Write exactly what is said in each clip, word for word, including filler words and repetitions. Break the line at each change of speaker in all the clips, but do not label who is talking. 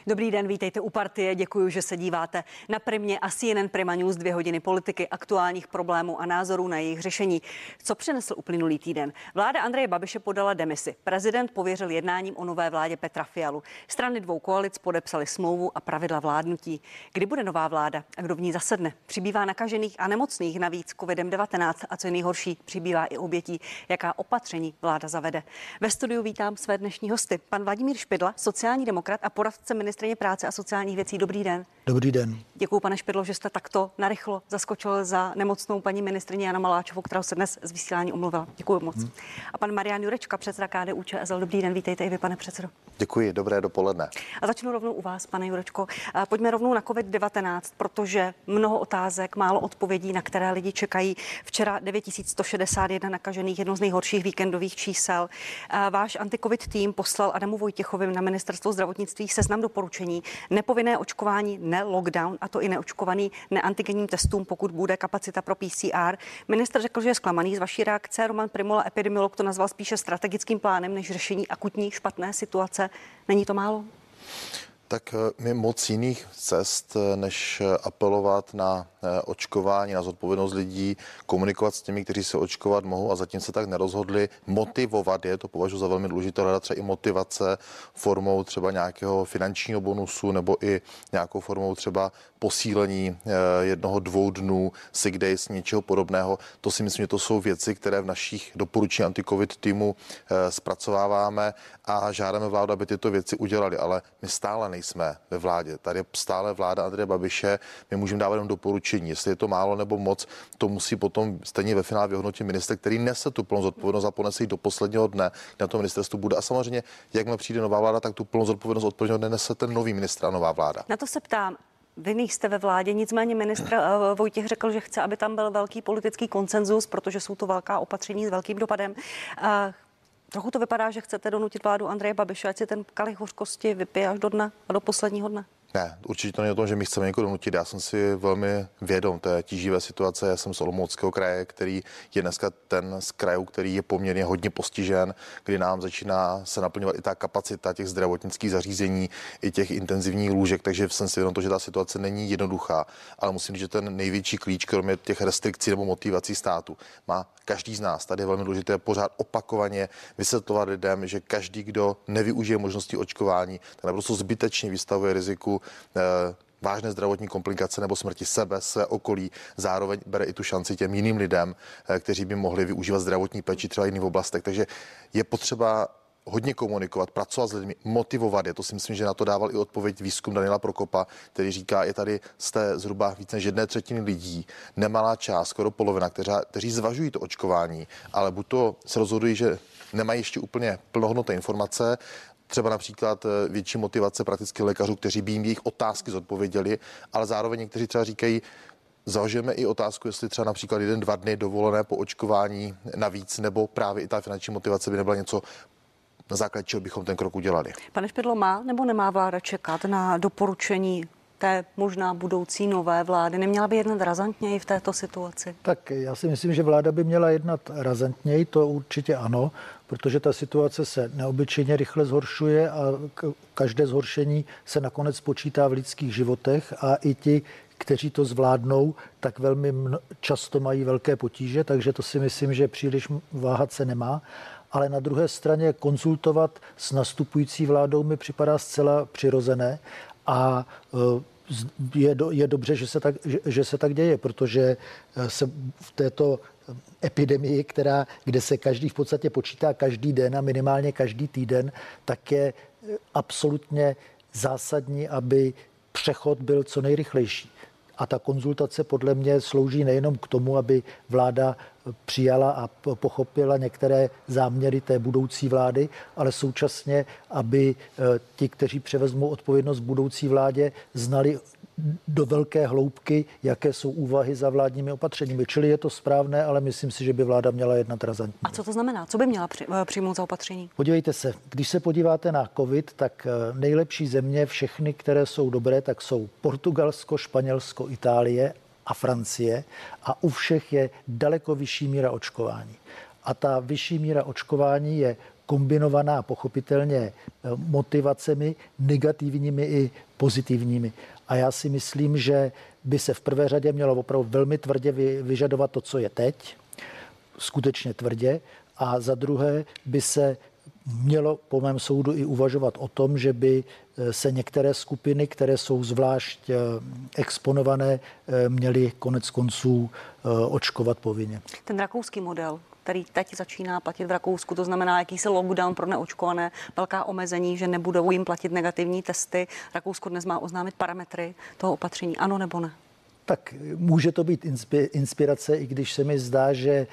Dobrý den, vítejte u Partie, děkuji, že se díváte na Primě a C N N Prima News, dvě hodiny politiky, aktuálních problémů a názorů na jejich řešení. Co přinesl uplynulý týden? Vláda Andreje Babiše podala demisi. Prezident pověřil jednáním o nové vládě Petra Fialu. Strany dvou koalic podepsaly smlouvu a pravidla vládnutí. Kdy bude nová vláda a kdo v ní zasedne? Přibývá nakažených a nemocných navíc covidem devatenáct a co je nejhorší, přibývá i obětí. Jaká opatření vláda zavede? Ve studiu vítám své dnešní hosty. Pan Vladimír Špidla, sociální demokrat a poradce ministryně práce a sociálních věcí. Dobrý den.
Dobrý den.
Děkuji, pane Špidlo, že jste takto narychlo zaskočil za nemocnou paní ministryni Janu Maláčovou, která se dnes z vysílání omluvila. Děkuji moc. Hmm. A pan Marian Jurečka, předseda K D U Č S L. Dobrý den, vítejte i vy, pane předsedo.
Děkuji, dobré dopoledne.
A začnu rovnou u vás, pane Jurečko. Pojďme rovnou na covid devatenáct, protože mnoho otázek, málo odpovědí, na které lidi čekají. Včera devět tisíc sto šedesát jedna nakažených, jedno z nejhorších víkendových čísel. Váš anti-covid tým poslal Adamu Vojtěchovi na ministerstvo zdravotnictví seznam doporučení. Nepovinné očkování, ne lockdown, a to i neočkovaný neantigenním testům, pokud bude kapacita pro P C R. Ministr řekl, že je zklamaný z vaší reakce. Roman Prymula, epidemiolog, to nazval spíše strategickým plánem než řešení akutní špatné situace. Není to málo?
Tak my moc jiných cest, než apelovat na očkování, na zodpovědnost lidí, komunikovat s těmi, kteří se očkovat mohou a zatím se tak nerozhodli, motivovat je, to považuji za velmi důležité, hledat třeba i motivace formou třeba nějakého finančního bonusu nebo i nějakou formou třeba posílení jednoho, dvou dnů, sick days, něčeho podobného. To si myslím, že to jsou věci, které v našich doporučení anti-covid týmu zpracováváme a žádáme vládu, aby tyto věci udělali, ale my stále nejsme ve vládě. Tady je stále vláda Andreje Babiše, my můžeme dávat jenom doporučení. Jestli je to málo nebo moc, to musí potom stejně ve finále vyhodnotit ministr, který nese tu plnou zodpovědnost a ponese ji do posledního dne, na tom ministerstvu bude. A samozřejmě, jakmile přijde nová vláda, tak tu plnou zodpovědnost od prvního dne nese ten nový ministr a nová vláda.
Na to se ptám. Vy nejste ve vládě, nicméně ministr uh, Vojtěch řekl, že chce, aby tam byl velký politický konsenzus, protože jsou to velká opatření s velkým dopadem. Uh, trochu to vypadá, že chcete donutit vládu Andreje Babiše, ať si ten kalich hořkosti vypije až do dna a do posledního dne.
Ne, určitě to není o tom, že my chceme někoho donutit. Já jsem si velmi vědom té tíživé situace. Já jsem z Olomouckého kraje, který je dneska ten z krajů, který je poměrně hodně postižen, kdy nám začíná se naplňovat i ta kapacita těch zdravotnických zařízení, i těch intenzivních lůžek, takže jsem si vědom to, že ta situace není jednoduchá, ale musím říct, že ten největší klíč, kromě těch restrikcí nebo motivací státu, má každý z nás. Tady je velmi důležité pořád opakovaně vysvětlovat lidem, že každý, kdo nevyužije možnosti očkování, tak naprosto zbytečně vystavuje riziku vážné zdravotní komplikace nebo smrti sebe, své okolí, zároveň bere i tu šanci těm jiným lidem, kteří by mohli využívat zdravotní péči třeba v jiných oblastech. Takže je potřeba hodně komunikovat, pracovat s lidmi, motivovat je. To si myslím, že na to dával i odpověď výzkum Daniela Prokopa, který říká, je tady z té zhruba více než jedné třetiny lidí, nemalá část, skoro polovina, kteří, kteří zvažují to očkování, ale buď to se rozhodují, že nemají ještě úplně plnohodnotné informace, třeba například větší motivace praktických lékařů, kteří by jim jejich otázky zodpověděli, ale zároveň někteří třeba říkají, zvažujeme i otázku, jestli třeba například jeden, dva dny dovolené po očkování navíc, nebo právě i ta finanční motivace by nebyla něco, na základě čeho bychom ten krok udělali.
Pane Špidlo, má nebo nemá vláda čekat na doporučení té možná budoucí nové vlády? Neměla by jednat razantněji v této situaci?
Tak já si myslím, že vláda by měla jednat razantněji, to určitě ano, protože ta situace se neobyčejně rychle zhoršuje a každé zhoršení se nakonec počítá v lidských životech a i ti, kteří to zvládnou, tak velmi často mají velké potíže, takže to si myslím, že příliš váhat se nemá. Ale na druhé straně konzultovat s nastupující vládou mi připadá zcela přirozené a je, do, je dobře, že se, tak, že, že se tak děje, protože se v této epidemii, která, kde se každý v podstatě počítá každý den a minimálně každý týden, tak je absolutně zásadní, aby přechod byl co nejrychlejší. A ta konzultace podle mě slouží nejenom k tomu, aby vláda přijala a pochopila některé záměry té budoucí vlády, ale současně, aby ti, kteří převezmou odpovědnost budoucí vládě, znali do velké hloubky, jaké jsou úvahy za vládními opatřeními. Čili je to správné, ale myslím si, že by vláda měla jednat razantně.
A co to znamená? Co by měla při, přijmout za opatření?
Podívejte se, když se podíváte na covid, tak nejlepší země, všechny, které jsou dobré, tak jsou Portugalsko, Španělsko, Itálie a Francie a u všech je daleko vyšší míra očkování. A ta vyšší míra očkování je kombinovaná pochopitelně motivacemi negativními i pozitivními. A já si myslím, že by se v prvé řadě mělo opravdu velmi tvrdě vyžadovat to, co je teď, skutečně tvrdě, a za druhé by se mělo po mém soudu i uvažovat o tom, že by se některé skupiny, které jsou zvlášť exponované, měly konec konců očkovat povinně.
Ten rakouský model, který teď začíná platit v Rakousku, to znamená jakýsi lockdown pro neočkované, velká omezení, že nebudou jim platit negativní testy. Rakousko dnes má oznámit parametry toho opatření, ano nebo ne?
Tak může to být inspirace, i když se mi zdá, že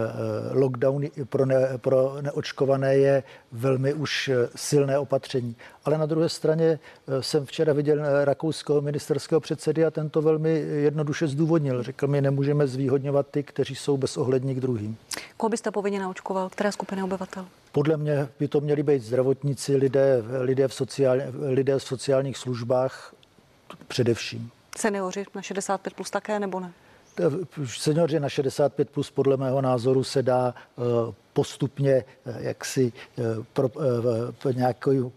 lockdown pro, ne, pro neočkované je velmi už silné opatření. Ale na druhé straně jsem včera viděl rakouského ministerského předsedy a ten to velmi jednoduše zdůvodnil. Řekl mi, nemůžeme zvýhodňovat ty, kteří jsou bezohlední k druhým.
Koho byste povinně naočkoval? Které skupiny obyvatel?
Podle mě by to měli být zdravotníci, lidé, lidé, v, sociál, lidé v sociálních službách především.
Seniori na šedesát pět plus také, nebo ne?
Seniori na šedesát pět plus podle mého názoru se dá postupně jaksi pro, nějakou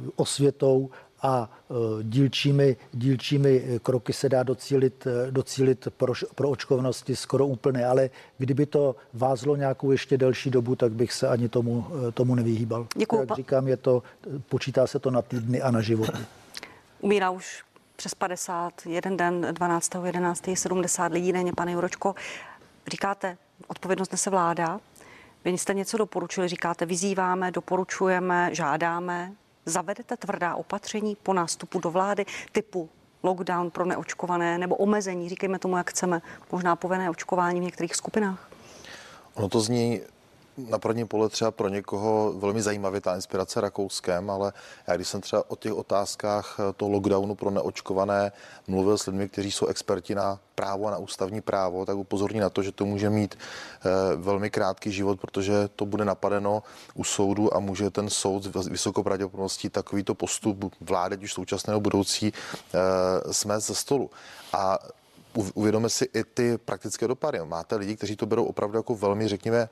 osvětou a dílčími, dílčími kroky se dá docílit, docílit pro, pro očkovanosti skoro úplné, ale kdyby to vázlo nějakou ještě delší dobu, tak bych se ani tomu, tomu nevyhýbal.
Děkuju.
Jak říkám, je to, počítá se to na týdny a na životy.
Umírá už přes padesát, jeden den, dvanáctého jedenáctého sedmdesát lidí denně, pane Juročko. Říkáte, odpovědnost nese vláda. Vy jste něco doporučili, říkáte, vyzýváme, doporučujeme, žádáme. Zavedete tvrdá opatření po nástupu do vlády typu lockdown pro neočkované nebo omezení, říkejme tomu, jak chceme, možná povinné očkování v některých skupinách?
Ono to zní na první pole třeba pro někoho velmi zajímavě ta inspirace Rakouskem, ale já když jsem třeba o těch otázkách toho lockdownu pro neočkované mluvil s lidmi, kteří jsou experti na právo a na ústavní právo, tak upozorní na to, že to může mít e, velmi krátký život, protože to bude napadeno u soudu a může ten soud s vysokou pravděpodobností takovýto postup vlády, ať už současné nebo budoucí, e, smést ze stolu. A uvědomme si i ty praktické dopady. Máte lidi, kteří to berou opravdu jako velmi, řekněme,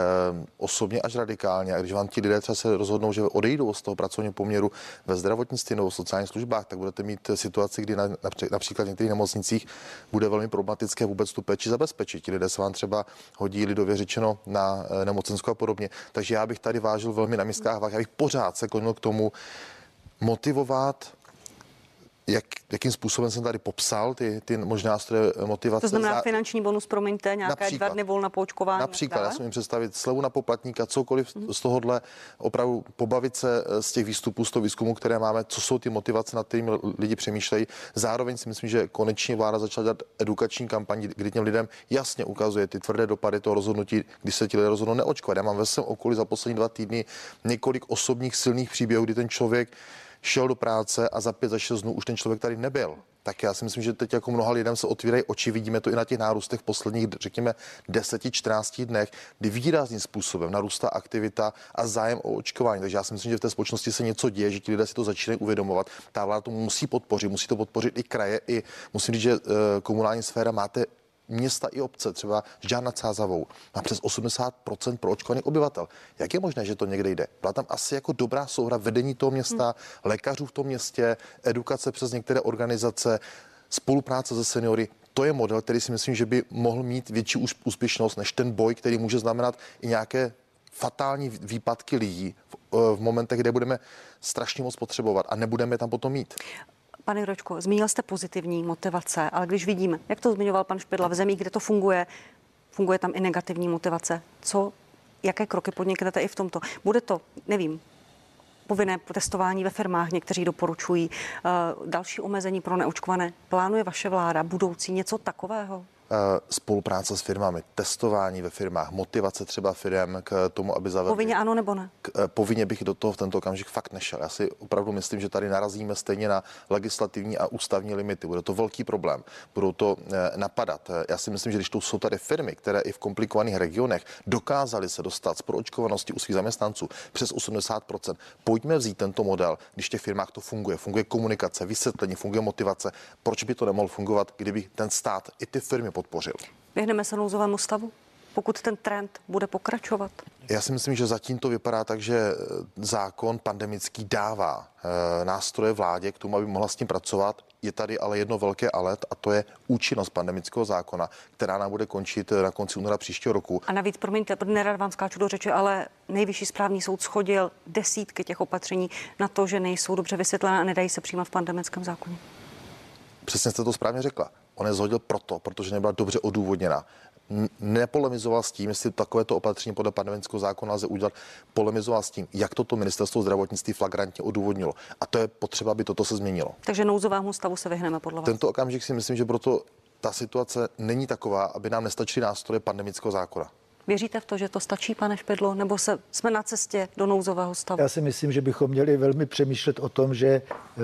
osobně až radikálně. A když vám ti lidé třeba se rozhodnou, že odejdou z toho pracovního poměru ve zdravotnictví nebo v sociálních službách, tak budete mít situaci, kdy na, například v některých nemocnicích bude velmi problematické vůbec tu péči zabezpečit. Ti lidé se vám třeba hodí lidově řečeno na nemocenskou a podobně. Takže já bych tady vážil velmi na miskách váh. Já bych pořád se klonil k tomu motivovat. Jak, jakým způsobem jsem tady popsal ty, ty možná stroje motivace.
To znamená finanční bonus, promiňte, nějaké
například,
dva dny volna po očkování.
Například, já si můžu představit slevu na poplatníka, cokoliv mm. z tohohle, opravdu pobavit se z těch výstupů, z toho výzkumu, které máme, co jsou ty motivace, nad kterými lidi přemýšlejí. Zároveň si myslím, že konečně vláda začala dělat edukační kampaň, kdy těm lidem jasně ukazuje ty tvrdé dopady toho rozhodnutí, když se ti lidé rozhodnou neočkovat. Já mám ve svém okolí za poslední dva týdny několik osobních silných příběhů, kdy ten člověk šel do práce a za pět, za šest dnů už ten člověk tady nebyl. Tak já si myslím, že teď jako mnoha lidem se otvírají oči, vidíme to i na těch nárůstech v posledních, řekněme, deseti čtrnácti dnech, kdy výrazným způsobem narůstá aktivita a zájem o očkování. Takže já si myslím, že v té společnosti se něco děje, že ti lidé si to začínají uvědomovat. Ta vláda to musí podpořit, musí to podpořit i kraje, i musím říct, že komunální sféra máte města i obce, třeba Žďár nad Sázavou, má přes osmdesát procent proočkovaných obyvatel. Jak je možné, že to někde jde? Byla tam asi jako dobrá souhra vedení toho města, hmm. lékařů v tom městě, edukace přes některé organizace, spolupráce se seniory. To je model, který si myslím, že by mohl mít větší úspěšnost než ten boj, který může znamenat i nějaké fatální výpadky lidí v, v momentech, kde budeme strašně moc potřebovat a nebudeme tam potom mít.
Pane Juročko, zmínil jste pozitivní motivace, ale když vidíme, jak to zmiňoval pan Špidla, v zemích, kde to funguje, funguje tam i negativní motivace. Co, jaké kroky podniknete i v tomto? Bude to, nevím, povinné testování ve firmách, někteří doporučují, uh, další omezení pro neočkované. Plánuje vaše vláda budoucí něco takového?
Spolupráce s firmami, testování ve firmách, motivace třeba firem k tomu, aby zavedli.
Povinně ano nebo ne?
K, povinně bych do toho v tento okamžik fakt nešel. Já si opravdu myslím, že tady narazíme stejně na legislativní a ústavní limity. Bude to velký problém. Budou to eh, napadat. Já si myslím, že když tu jsou tady firmy, které i v komplikovaných regionech dokázaly se dostat z proočkovanosti u svých zaměstnanců přes osmdesát procent, pojďme vzít tento model, když v těch firmách to funguje. Funguje komunikace, vysvětlení, funguje motivace. Proč by to nemohlo fungovat, kdyby ten stát i ty firmy podpořil?
Běhneme se nouzovému stavu? pokud ten trend bude pokračovat?
Já si myslím, že zatím to vypadá tak, že zákon pandemický dává e, nástroje vládě k tomu, aby mohla s tím pracovat. Je tady ale jedno velké ale, a to je účinnost pandemického zákona, která nám bude končit na konci února příštího roku.
A navíc, promiňte, nerad vám skáču do řeči, ale Nejvyšší správní soud shodil desítky těch opatření na to, že nejsou dobře vysvětlené a nedají se přijímat v pandemickém zákoně.
Přesně jste to správně řekla. On je zhodil proto, protože nebyla dobře odůvodněna. Nepolemizoval s tím, jestli takovéto opatření podle pandemického zákona lze udělat. Polemizoval s tím, jak toto ministerstvo zdravotnictví flagrantně odůvodnilo. A to je potřeba, aby toto se změnilo.
Takže nouzovému stavu se vyhneme podle vás.
Tento okamžik si myslím, že proto ta situace není taková, aby nám nestačily nástroje pandemického zákona.
Věříte v to, že to stačí, pane Špidlo, nebo se, jsme na cestě do nouzového stavu?
Já si myslím, že bychom měli velmi přemýšlet o tom, že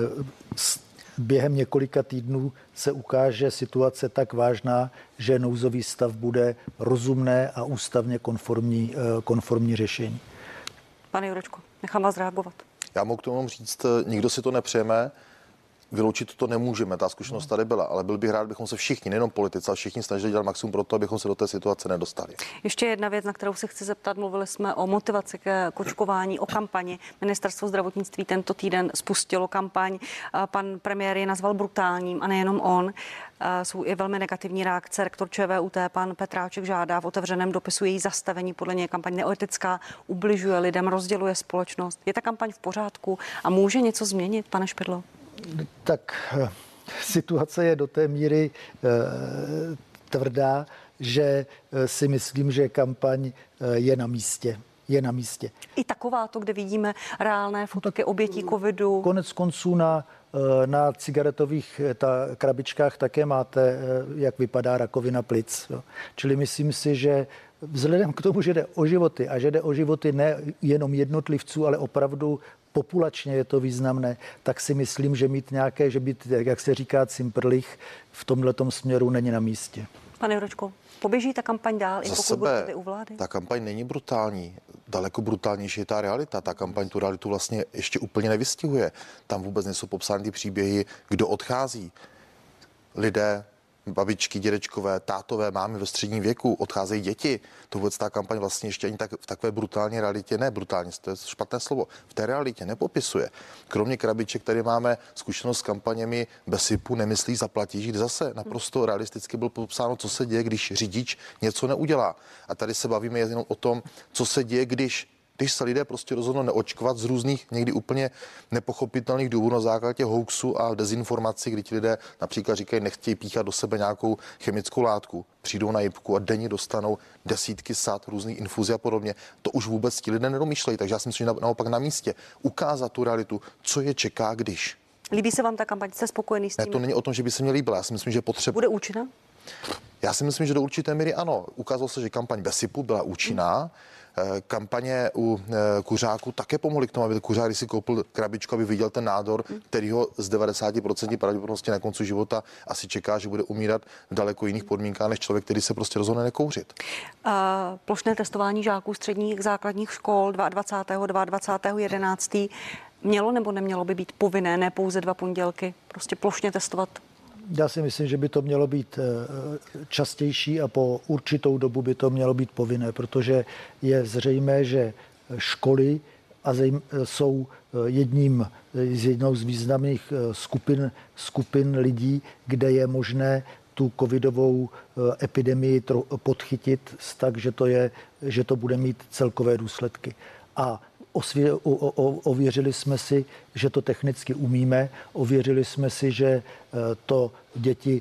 během několika týdnů se ukáže situace tak vážná, že nouzový stav bude rozumné a ústavně konformní, konformní řešení.
Pane Jurečko, nechám vás reagovat.
Já mohu k tomu říct, nikdo si to nepřejeme, vyloučit to nemůžeme, ta zkušenost tady byla, ale byl bych rád, bychom se všichni, nejenom politici, ale všichni snažili dělat maximum pro to, abychom se do té situace nedostali.
Ještě jedna věc, na kterou se chci zeptat, mluvili jsme o motivaci k očkování, o kampani. Ministerstvo zdravotnictví tento týden spustilo kampaň. Pan premiér je nazval brutálním a nejenom on. Jsou i velmi negativní reakce. Rektor ČVUT, pan Petráček, žádá v otevřeném dopisu její zastavení. Podle něj kampaň neetická, ubližuje lidem, rozděluje společnost. Je ta kampaň v pořádku a může něco změnit, pane Špidlo?
Tak situace je do té míry e, tvrdá, že si myslím, že kampaň je na místě. Je na místě.
I taková to, kde vidíme reálné fotky obětí covidu.
Konec konců na, na cigaretových ta, krabičkách také máte, jak vypadá rakovina plic. Jo. Čili myslím si, že vzhledem k tomu, že jde o životy a že jde o životy ne jenom jednotlivců, ale opravdu populačně je to významné, tak si myslím, že mít nějaké, že být, jak se říká, cimprlich v tomhletom směru není na místě.
Pane Jurečko, poběží ta kampaň dál, i
Za
pokud
sebe,
budete u vlády?
Ta kampaň není brutální. Daleko brutálnější je ta realita. Ta kampaň tu realitu vlastně ještě úplně nevystihuje. Tam vůbec nejsou popsány ty příběhy, kdo odchází. Lidé, babičky, dědečkové, tátové, mámy ve středním věku, odcházejí děti. To vůbec ta kampaň vlastně ještě ani tak v takové brutální realitě, ne brutální, to je špatné slovo, v té realitě nepopisuje. Kromě krabiček, tady máme zkušenost s kampaněmi bez sypu, nemyslí, zaplatíš, kde zase naprosto realisticky bylo popsáno, co se děje, když řidič něco neudělá. A tady se bavíme jenom o tom, co se děje, když Když se lidé prostě rozhodnou neočkovat z různých někdy úplně nepochopitelných důvodů na základě hoaxu a dezinformací, kdy ti lidé například říkají, nechtějí píchat do sebe nějakou chemickou látku, přijdou na jipku a denně dostanou desítky sad různých infuzí a podobně. To už vůbec ti lidé nedomýšlejí, takže já si myslím, že naopak na místě ukázat tu realitu, co je čeká, když.
Líbí se vám ta kampaň? Jste spokojený s tím?
Ne, to není o tom, že by se mě líbila. Já si myslím, že potřeba.
Bude účinná?
Já si myslím, že do určité míry ano. Ukázalo se, že kampaň bez sypu byla účinná. Hmm. Kampaně u kuřáků také pomohly k tomu, aby kuřák, když si koupil krabičku, aby viděl ten nádor, který ho z devadesát procent pravděpodobnosti na konci života asi čeká, že bude umírat v daleko jiných podmínkách než člověk, který se prostě rozhodne nekouřit.
Uh, plošné testování žáků středních základních škol dvacátého druhého dvacátého jedenáctého mělo nebo nemělo by být povinné, ne pouze dva pondělky, prostě plošně testovat?
Já si myslím, že by to mělo být častější a po určitou dobu by to mělo být povinné, protože je zřejmé, že školy a jsou jedním z jednou z významných skupin, skupin lidí, kde je možné tu covidovou epidemii podchytit tak, že to, je, že to bude mít celkové důsledky. A Osvě, o, o, ověřili jsme si, že to technicky umíme, ověřili jsme si, že to děti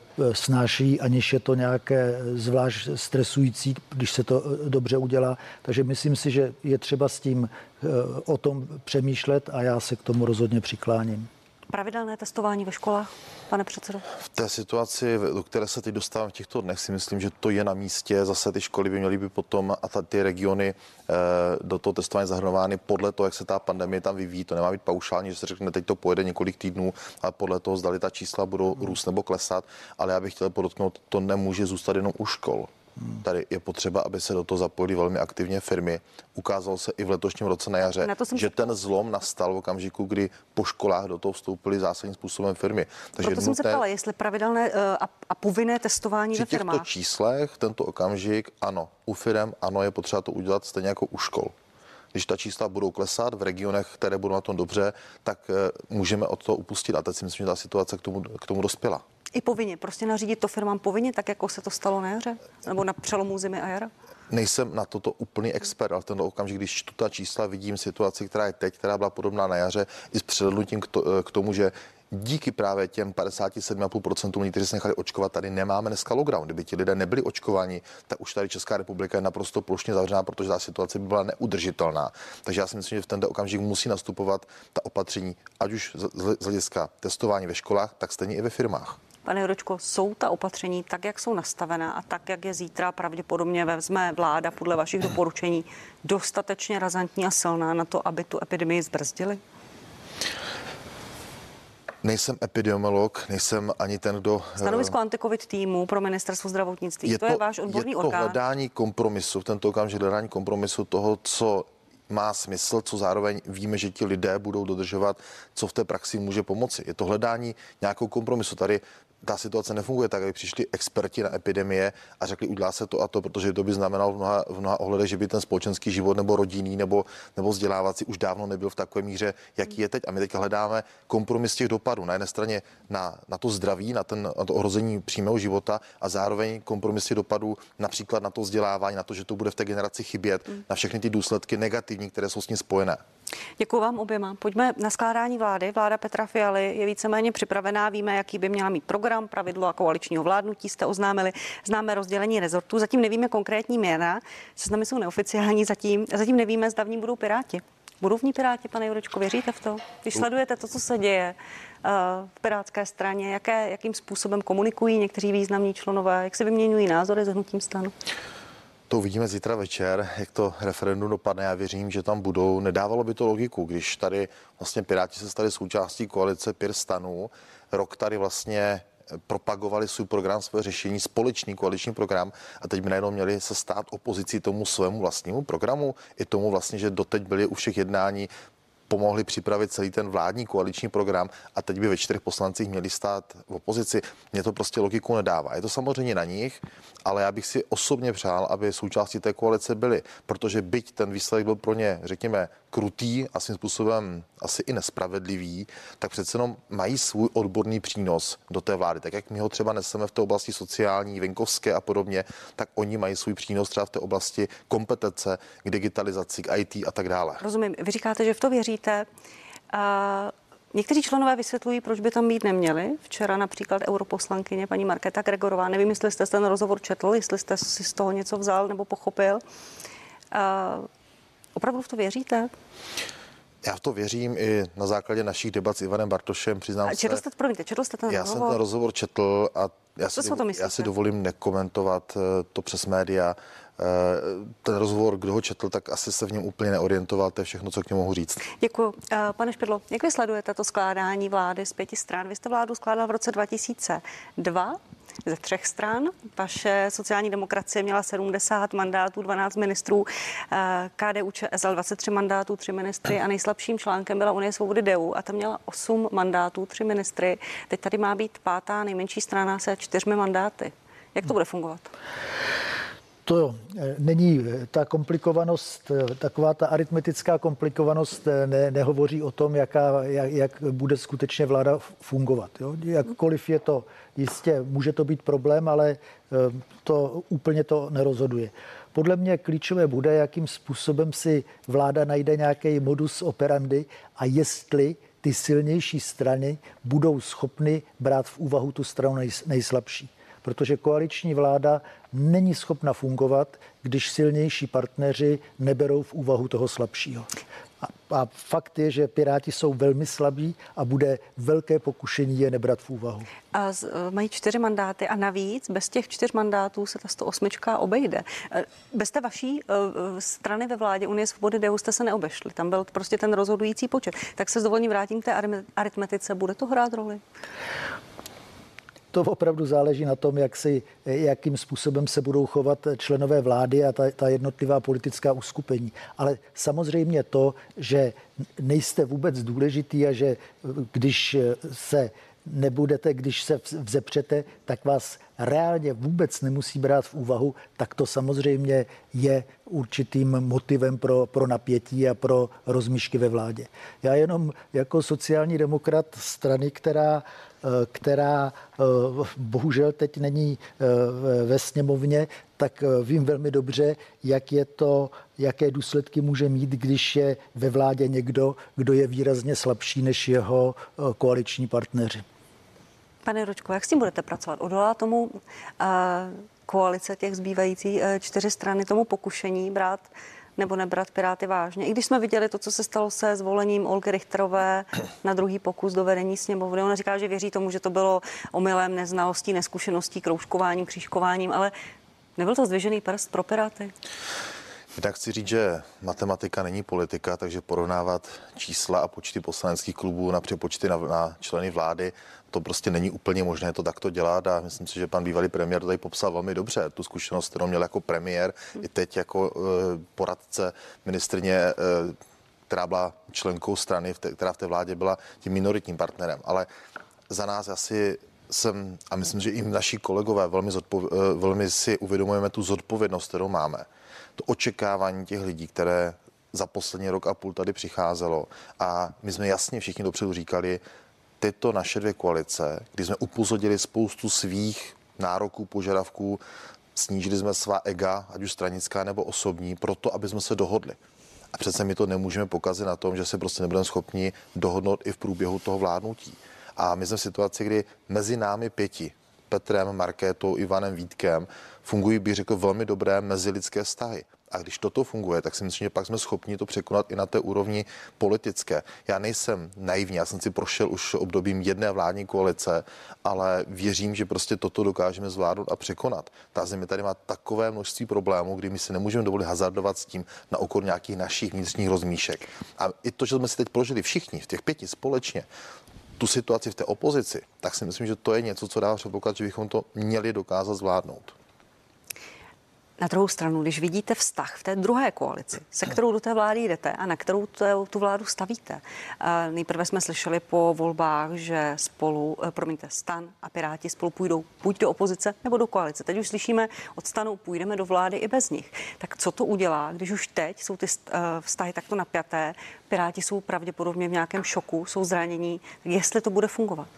snáší, aniž je to nějaké zvlášť stresující, když se to dobře udělá. Takže myslím si, že je třeba s tím o tom přemýšlet a já se k tomu rozhodně přikláním.
Pravidelné testování ve školách, pane předsedo?
V té situaci, do které se teď dostávám v těchto dnech, si myslím, že to je na místě. Zase ty školy by měly být potom a ta, ty regiony e, do toho testování zahrnovány podle toho, jak se ta pandemie tam vyvíjí. To nemá být paušální, že se řekne, teď to pojede několik týdnů, ale podle toho, zdali ta čísla budou růst nebo klesat. Ale já bych chtěl podotknout, to nemůže zůstat jenom u škol. Tady je potřeba, aby se do toho zapojili velmi aktivně firmy. Ukázalo se i v letošním roce na jaře, na že ten zlom nastal v okamžiku, kdy po školách do toho vstoupily zásadním způsobem firmy.
Takže proto jsem se ptala, jestli pravidelné a, a povinné testování ve firmách.
Při těchto číslech tento okamžik ano, u firem ano, je potřeba to udělat stejně jako u škol. Když ta čísla budou klesat v regionech, které budou na tom dobře, tak můžeme od toho upustit. A teď si myslím, že ta situace k tomu, k tomu dospěla.
I povinně, prostě nařídit to firmám povinně, tak jako se to stalo na jaře? Nebo na přelomu zimy a jara?
Nejsem na toto úplný expert, ale v ten okamžik, když čtu ta čísla, vidím situaci, která je teď, která byla podobná na jaře, i s přihlédnutím k, to, k tomu, že díky právě těm padesát sedm celá pět procenta lidí, kteří se nechali očkovat, tady nemáme dneska lockdown. Kdyby ti lidé nebyli očkováni, tak už tady Česká republika je naprosto plošně zavřená, protože ta situace by byla neudržitelná. Takže já si myslím, že v tento okamžik musí nastupovat ta opatření, ať už z hlediska testování ve školách, tak stejně i ve firmách.
Pane Jurečko, jsou ta opatření tak, jak jsou nastavená a tak, jak je zítra pravděpodobně vezme vláda podle vašich doporučení, dostatečně razantní a silná na to, aby tu epidemii zbrzdili?
Nejsem epidemiolog, nejsem ani ten, kdo...
Stanovisko antikovid týmu pro ministerstvo zdravotnictví, je to, to je váš odborný orgán.
Je to hledání kompromisu, v tento okamžik hledání kompromisu toho, co má smysl, co zároveň víme, že ti lidé budou dodržovat, co v té praxi může pomoci. Je to hledání nějakou kompromisu. Tady ta situace nefunguje tak, aby přišli experti na epidemie a řekli, udělá se to a to, protože to by znamenalo v mnoha, v mnoha ohledech, že by ten společenský život nebo rodinný nebo, nebo vzdělávací už dávno nebyl v takové míře, jaký je teď. A my teď hledáme kompromis těch dopadů. Na jedné straně na, na to zdraví, na, ten, na to ohrození přímého života a zároveň kompromisy dopadů například na to vzdělávání, na to, že to bude v té generaci chybět, na všechny ty důsledky negativní, které jsou s tím spojené.
Děkuji vám oběma. Pojďme na skládání vlády. Vláda Petra Fialy je víceméně připravená. Víme, jaký by měla mít program, pravidlo a koaličního vládnutí jste oznámili. Známe rozdělení rezortů. Zatím nevíme konkrétní jména. Seznamy jsou neoficiální zatím. Zatím nevíme, zda v ní budou Piráti. Budou v ní Piráti, pane Jurečko, věříte v to? Když sledujete to, co se děje v pirátské straně, jaké, jakým způsobem komunikují někteří významní členové, jak se vyměňují názory s hnutím STAN?
To uvidíme zítra večer, jak to referendum dopadne. Já věřím, že tam budou. Nedávalo by to logiku, když tady vlastně Piráti se stali součástí koalice Pir STANu. Rok tady vlastně propagovali svůj program, své řešení, společný koaliční program a teď by najednou měli se stát opozicí tomu svému vlastnímu programu i tomu vlastně, že doteď byli u všech jednání, pomohli připravit celý ten vládní koaliční program a teď by ve čtyřech poslancích měli stát v opozici. Mně to prostě logiku nedává. Je to samozřejmě na nich, ale já bych si osobně přál, aby součástí té koalice byli, protože byť ten výsledek byl pro ně, řekněme, krutý a svým způsobem asi i nespravedlivý, tak přece jenom mají svůj odborný přínos do té vlády. Tak jak my ho třeba neseme v té oblasti sociální, venkovské a podobně, tak oni mají svůj přínos třeba v té oblasti kompetence k digitalizaci, k í té a tak dále.
Rozumím. Vy říkáte, že v to věříte. A někteří členové vysvětlují, proč by tam být neměli. Včera například europoslankyně paní Markéta Gregorová. Nevím, jestli jste ten rozhovor četl, jestli jste si z toho něco vzal nebo pochopil. A opravdu v to věříte?
Já v to věřím i na základě našich debat s Ivanem Bartošem, přiznám
a četl
se.
Jste, promiňte, četl jste ten
já
rozhovor?
Já jsem ten rozhovor četl a já si,
dovo,
já si dovolím nekomentovat to přes média. Ten rozhovor, kdo ho četl, tak asi se v něm úplně neorientoval. To je všechno, co k němu mohu říct.
Děkuji. Pane Špidlo, jak vy sledujete to skládání vlády z pěti stran? Vy jste vládu skládal v roce dva tisíce dva ze třech stran. Vaše sociální demokracie měla sedmdesát mandátů, dvanáct ministrů, K D U Č S L dvacet tři mandátů, tři ministry a nejslabším článkem byla Unie svobody D E U a ta měla osm mandátů, tři ministry. Teď tady má být pátá nejmenší strana se čtyřmi mandáty. Jak to bude fungovat?
To není ta komplikovanost, taková ta aritmetická komplikovanost ne, nehovoří o tom, jaká, jak, jak bude skutečně vláda fungovat. Jo? Jakkoliv je to, jistě může to být problém, ale to úplně to nerozhoduje. Podle mě klíčové bude, jakým způsobem si vláda najde nějaký modus operandi a jestli ty silnější strany budou schopny brát v úvahu tu stranu nejslabší. Protože koaliční vláda není schopna fungovat, když silnější partneři neberou v úvahu toho slabšího. A, a fakt je, že Piráti jsou velmi slabí a bude velké pokušení je nebrat v úvahu.
A z, mají čtyři mandáty a navíc bez těch čtyř mandátů se ta sto osm obejde. Bez té vaší uh, strany ve vládě Unie svobody D E U jste se neobešli. Tam byl prostě ten rozhodující počet. Tak se s dovolením vrátím k té aritmetice. Bude to hrát roli?
to opravdu záleží na tom, jak si, jakým způsobem se budou chovat členové vlády a ta, ta jednotlivá politická uskupení. Ale samozřejmě to, že nejste vůbec důležitý a že když se nebudete, když se vzepřete, tak vás reálně vůbec nemusí brát v úvahu, tak to samozřejmě je určitým motivem pro, pro napětí a pro rozmíšky ve vládě. Já jenom jako sociální demokrat strany, která, která bohužel teď není ve sněmovně, tak vím velmi dobře, jak je to, jaké důsledky může mít, když je ve vládě někdo, kdo je výrazně slabší než jeho koaliční partneři.
Pane Ročko, jak s tím budete pracovat? Odolá tomu uh, koalice těch zbývající uh, čtyři strany, tomu pokušení brát nebo nebrat Piráty vážně? I když jsme viděli to, co se stalo se zvolením Olgy Richterové na druhý pokus do vedení sněmovny. Ona říká, že věří tomu, že to bylo omylem, neznalostí, neskušeností, kroužkováním, křížkováním, ale nebyl to zdvižený prst pro Piráty?
Jednak chci říct, že matematika není politika, takže porovnávat čísla a počty poslaneckých klubů na přepočty na, na členy vlády, to prostě není úplně možné to takto dělat a myslím si, že pan bývalý premiér to tady popsal velmi dobře. Tu zkušenost, kterou měl jako premiér, i teď jako uh, poradce ministryně, uh, která byla členkou strany, v te, která v té vládě byla tím minoritním partnerem. Ale za nás asi jsem, a myslím, že i naši kolegové velmi, zodpov, uh, velmi si uvědomujeme tu zodpovědnost, kterou máme. To očekávání těch lidí, které za poslední rok a půl tady přicházelo. A my jsme jasně všichni dopředu říkali, tyto naše dvě koalice, kdy jsme upozornili spoustu svých nároků, požadavků, snížili jsme svá ega, ať už stranická nebo osobní, proto, aby jsme se dohodli. A přece my to nemůžeme pokazit na tom, že se prostě nebudeme schopni dohodnout i v průběhu toho vládnutí. A my jsme v situaci, kdy mezi námi pěti, Petrem, Markétou, Ivanem, Vítkem, fungují, bych řekl, velmi dobré mezilidské vztahy. A když toto funguje, tak si myslím, že pak jsme schopni to překonat i na té úrovni politické. Já nejsem naivní, já jsem si prošel už obdobím jedné vládní koalice, ale věřím, že prostě toto dokážeme zvládnout a překonat. Ta země tady má takové množství problémů, kdy my si nemůžeme dovolit hazardovat s tím na úkor nějakých našich vnitřních rozmíšek. A i to, že jsme si teď prožili všichni, v těch pěti společně, tu situaci v té opozici, tak si myslím, že to je něco, co dává předpoklad, že bychom to měli dokázat zvládnout.
Na druhou stranu, když vidíte vztah v té druhé koalici, se kterou do té vlády jdete a na kterou tu, tu vládu stavíte. Nejprve jsme slyšeli po volbách, že spolu, promiňte, STAN a Piráti spolu půjdou buď do opozice nebo do koalice. Teď už slyšíme od STANu, půjdeme do vlády i bez nich. Tak co to udělá, když už teď jsou ty vztahy takto napjaté, Piráti jsou pravděpodobně v nějakém šoku, jsou zranění, tak jestli to bude fungovat?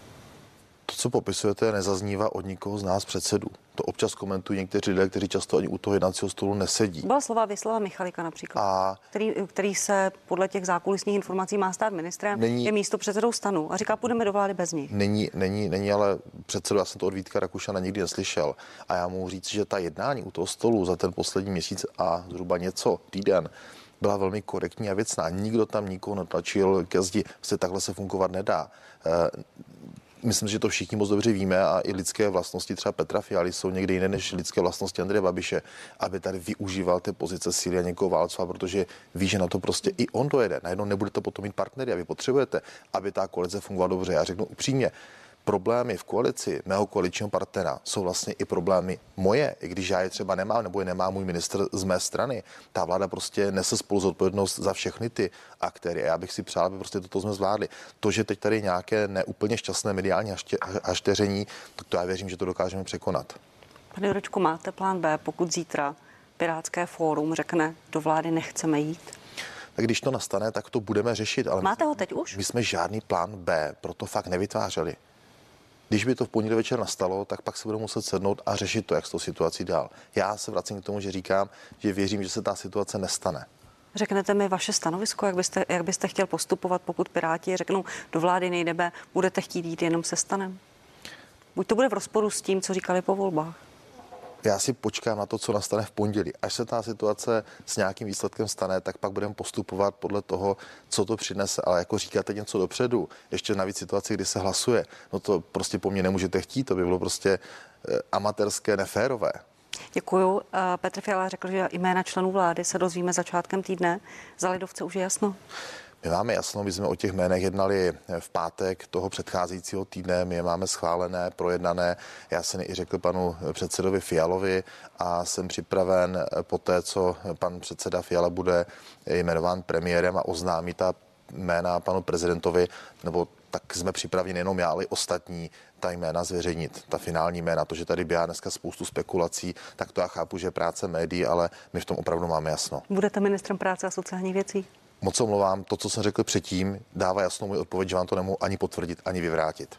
To, co popisujete, nezaznívá od nikoho z nás předsedů. To občas komentují někteří lidé, kteří často ani u toho jednacího stolu nesedí.
Byla slova Věslava Michalika například, a... který, který se podle těch zákulisních informací má stát ministrem, není... je místo předsedou STANu a říká, půjdeme do vlády bez nich.
Není, není, není ale předsedu, já jsem to od Vítka Rakušana nikdy neslyšel. A já mohu říct, že ta jednání u toho stolu za ten poslední měsíc a zhruba něco týden byla velmi korektní a věcná. Nikdo tam nikoho netlačil ke zdi, se takhle se fungovat nedá. E, Myslím, že to všichni moc dobře víme a i lidské vlastnosti třeba Petra Fialy jsou někde jiné než lidské vlastnosti Andreje Babiše, aby tady využíval ty pozice síly a někoho válcovat, protože ví, že na to prostě i on dojede. Najednou nebudete potom mít partnery a vy potřebujete, aby ta koalice fungovala dobře. Já řeknu upřímně, problémy v koalici mého koaličního partnera jsou vlastně i problémy moje, i když já je třeba nemám, nebo je nemá můj ministr z mé strany. Ta vláda prostě nese spolu zodpovědnost za všechny ty aktéry a já bych si přál, aby prostě toto jsme zvládli. To, že teď tady nějaké neúplně šťastné mediální hašteření, tak to já věřím, že to dokážeme překonat.
Pane Jurečku, máte plán B, pokud zítra Pirátské fórum řekne, do vlády nechceme jít?
Tak když to nastane, tak to budeme řešit. Ale
máte
my,
ho teď už?
My jsme žádný plán B, proto fakt nevytvářeli. Když by to v pondělí večer nastalo, tak pak se budeme muset sednout a řešit to, jak s tou situací dál. Já se vracím k tomu, že říkám, že věřím, že se ta situace nestane.
Řeknete mi vaše stanovisko, jak byste, jak byste chtěl postupovat, pokud Piráti řeknou, do vlády nejdeme, budete chtít jít jenom se STANem? Buď to bude v rozporu s tím, co říkali po volbách.
Já si počkám na to, co nastane v pondělí. Až se ta situace s nějakým výsledkem stane, tak pak budeme postupovat podle toho, co to přinese. Ale jako říkáte něco dopředu, ještě navíc situaci, kdy se hlasuje, no to prostě po mně nemůžete chtít, to by bylo prostě amatérské, neférové.
Děkuju. Petr Fiala řekl, že jména členů vlády se dozvíme začátkem týdne. Za lidovce už je jasno?
My máme jasno, my jsme o těch jménech jednali v pátek toho předcházejícího týdne, my je máme schválené, projednané. Já jsem i řekl panu předsedovi Fialovi a jsem připraven po té, co pan předseda Fiala bude jmenován premiérem a oznámí ta jména panu prezidentovi, nebo tak jsme připraveni nejenom já, ale i ostatní ta jména zveřejnit, ta finální jména. To, že tady běhá dneska spoustu spekulací, tak to já chápu, že je práce médií, ale my v tom opravdu máme jasno.
Budete ministrem práce a sociálních věcí?
Moc omlouvám, to, co jsem řekl předtím, dává jasnou můj odpověď, že vám to nemohu ani potvrdit, ani vyvrátit.